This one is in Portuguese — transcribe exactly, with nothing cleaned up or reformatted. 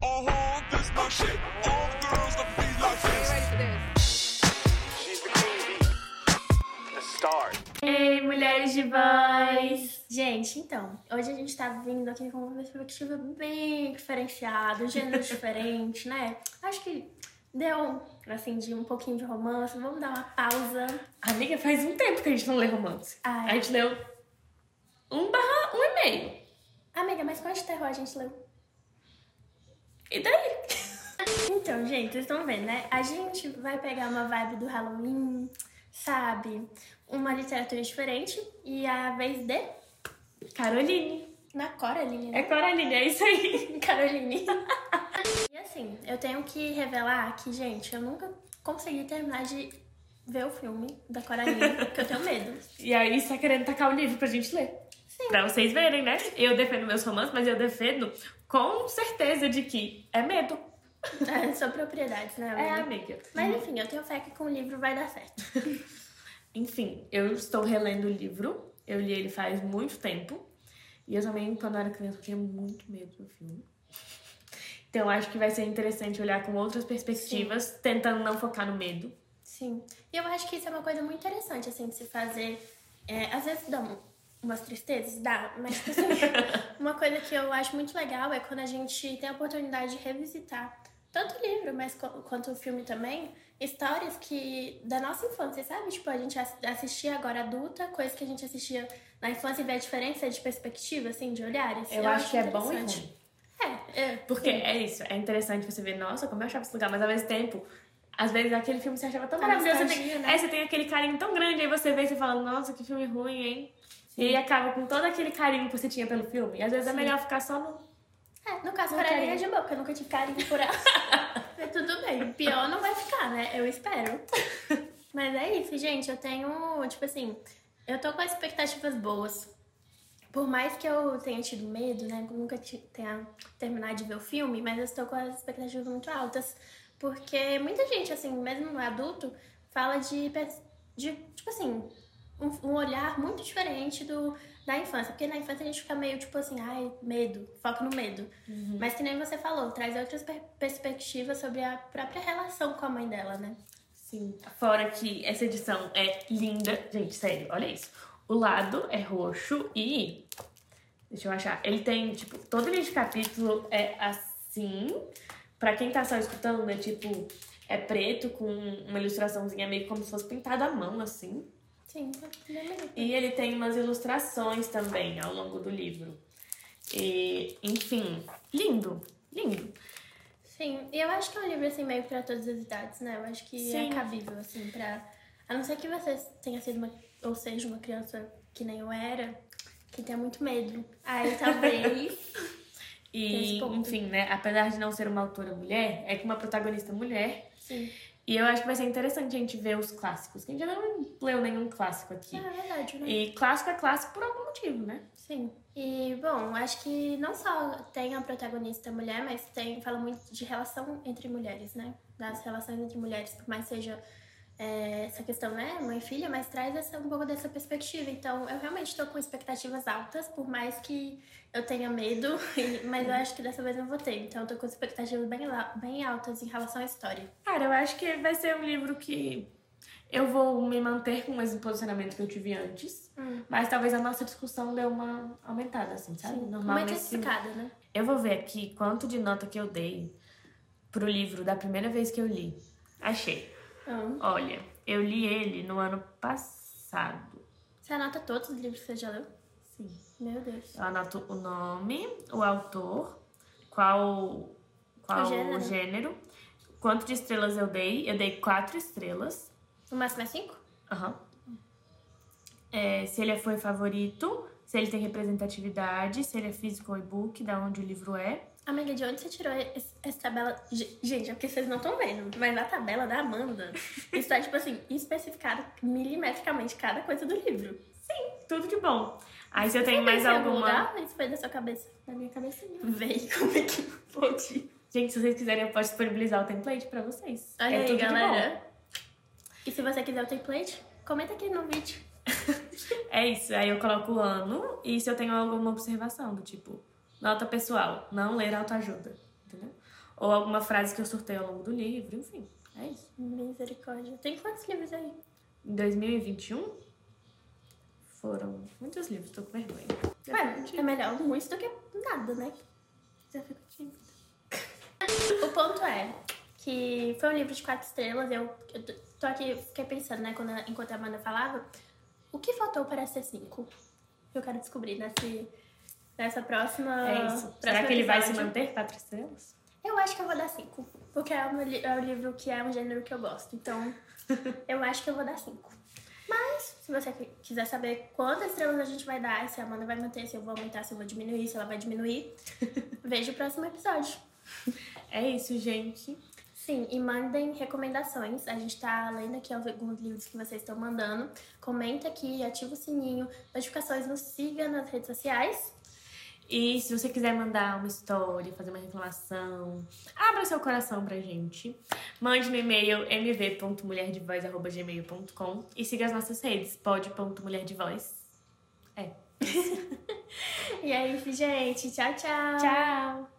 Uh-huh, this my shit. All the girls love me like this. Ready for this? She's the queen bee, the star. Ei, mulheres de voz! Gente, então, hoje a gente tá vindo aqui com uma perspectiva bem diferenciada, um gênero diferente, né? Acho que deu, assim, de um pouquinho de romance. Vamos dar uma pausa. Amiga, faz um tempo que a gente não lê romance. Ai. A gente leu um barra um e meio. Amiga, mas qual de terror a gente leu? E daí? Então, gente, vocês estão vendo, né? A gente vai pegar uma vibe do Halloween, sabe? Uma literatura diferente e a vez de... Caroline. Na Coraline, né? É Coraline, é isso aí. Caroline. E assim, eu tenho que revelar que, gente, eu nunca consegui terminar de ver o filme da Coraline, porque eu tenho medo. E aí você tá querendo tacar o livro pra gente ler. Sim. Pra vocês verem, né? Eu defendo meus romances, mas eu defendo com certeza de que é medo. É, são propriedades, né, É, amiga? amiga. Mas enfim, eu tenho fé que com o livro vai dar certo. Enfim, eu estou relendo o livro. Eu li ele faz muito tempo. E eu também, quando eu era criança, eu tinha muito medo do filme. Então, eu acho que vai ser interessante olhar com outras perspectivas, Sim. tentando não focar no medo. Sim. E eu acho que isso é uma coisa muito interessante, assim, de se fazer. É, às vezes dá um, umas tristezas, dá. Mas, tipo assim, uma coisa que eu acho muito legal é quando a gente tem a oportunidade de revisitar tanto o livro, mas co- quanto o filme também, histórias que da nossa infância, sabe? Tipo, a gente ass- assistia agora adulta, coisas que a gente assistia na infância e vê a diferença de perspectiva, assim, de olhares. Eu, acho que é bom e interessante. ruim. É, é. Porque sim. é isso, é interessante você ver, nossa, como eu achava esse lugar, mas ao mesmo tempo, às vezes aquele filme você achava tão A maravilhoso, você tem, nostalgia, né? é, você tem aquele carinho tão grande, aí você vê e você fala, nossa, que filme ruim, hein? E aí acaba com todo aquele carinho que você tinha pelo filme. E às vezes Sim. é melhor ficar só no... É, no caso, Não Coraline é carinho. de boa, porque eu nunca tive carinho por ela. Mas tudo bem, pior não vai ficar, né? Eu espero. Mas é isso, gente, eu tenho, tipo assim, eu tô com expectativas boas. Por mais que eu tenha tido medo, né? Nunca ti- tenha terminado de ver o filme, mas eu estou com as expectativas muito altas. Porque muita gente, assim, mesmo adulto, fala de, pers- de tipo assim, um, um olhar muito diferente do, da infância. Porque na infância a gente fica meio, tipo assim, ai, medo, foca no medo. Mas que nem você falou, traz outras per- perspectivas sobre a própria relação com a mãe dela, né? Sim. Fora que essa edição é linda. Gente, sério, olha isso. O lado é roxo e... Deixa eu achar. Ele tem, tipo, todo livro de capítulo é assim. Pra quem tá só escutando, é tipo... É preto com uma ilustraçãozinha meio como se fosse pintado à mão, assim. Sim, bem bonito. E ele tem umas ilustrações também ao longo do livro. E, enfim, lindo, lindo. Sim, e eu acho que é um livro, assim, meio pra todas as idades, né? Eu acho que Sim. é cabível, assim, pra... A não ser que você tenha sido uma... Ou seja, uma criança que nem eu era, que tenha muito medo. Aí, talvez... E, Esse ponto. enfim, né? Apesar de não ser uma autora mulher, é que uma protagonista mulher. Sim. E eu acho que vai ser interessante a gente ver os clássicos, que a gente ainda não leu nenhum clássico aqui. É verdade, né? E clássico é clássico por algum motivo, né? Sim. E, bom, acho que não só tem a protagonista mulher, mas tem fala muito de relação entre mulheres, né? Das relações entre mulheres, por mais seja é, essa questão, né? Mãe e filha, mas traz essa, um pouco dessa perspectiva. Então, eu realmente estou com expectativas altas, por mais que eu tenha medo, e- mas eu acho que dessa vez eu vou ter. Então, eu tô com expectativas bem, la- bem altas em relação à história. Cara, eu acho que vai ser um livro que eu vou me manter com o mesmo posicionamento que eu tive antes, Hum. mas talvez a nossa discussão dê uma aumentada, assim, sabe? Sim, Normal muito nesse- explicada, né? Eu vou ver aqui quanto de nota que eu dei pro livro da primeira vez que eu li. Achei. Hum. Olha, eu li ele no ano passado. Você anota todos os livros que você já leu? Sim. Meu Deus. Eu anoto o nome, o autor, qual, qual O gênero. o gênero, quanto de estrelas eu dei. Eu dei quatro estrelas. O máximo é cinco? Aham. É, se ele foi favorito, se ele tem representatividade, se ele é físico ou e-book, da onde o livro é. Amiga, de onde você tirou esse- essa tabela? Ge- Gente, é porque vocês não estão vendo, mas na tabela da Amanda está, tipo assim, especificado milimetricamente cada coisa do livro. Tudo de bom. Aí se eu tenho Você mais pensa em algum alguma... lugar? Isso foi da sua cabeça? Da minha cabeça não. Veio, como é que pode? Gente, se vocês quiserem, eu posso disponibilizar o template pra vocês. Olha é aí, tudo de galera. E se você quiser o template, comenta aqui no vídeo. bom. É isso. Aí eu coloco o ano e se eu tenho alguma observação do tipo, nota pessoal, não ler autoajuda, entendeu? Ou alguma frase que eu surtei ao longo do livro, enfim. É isso. Misericórdia. Tem quantos livros aí? Em dois mil e vinte e um, foram muitos livros, tô com vergonha. Mano, é melhor muito do que nada, né? Já fico tímida. O ponto é que foi um livro de quatro estrelas. Eu, eu tô aqui, fiquei pensando, né, quando, enquanto a Amanda falava, o que faltou para ser cinco? Eu quero descobrir nesse, nessa próxima. É isso. Será próximo que ele vai se episódio. manter quatro estrelas? Eu acho que eu vou dar cinco. Porque é um, li- é um livro que é um gênero que eu gosto. Então, eu acho que eu vou dar cinco. Mas, se você qui- quiser saber quantas estrelas a gente vai dar, se a Amanda vai manter, se eu vou aumentar, se eu vou diminuir, se ela vai diminuir, veja o próximo episódio. É isso, gente. Sim, e mandem recomendações. A gente tá lendo aqui alguns livros que vocês estão mandando. Comenta aqui, ativa o sininho, notificações, nos siga nas redes sociais. E se você quiser mandar uma história, fazer uma reclamação, abra seu coração pra gente. Mande no e-mail m v ponto mulher de voz arroba gmail ponto com e siga as nossas redes, pod ponto mulher de voz. É. E é isso, gente. Tchau, tchau. Tchau!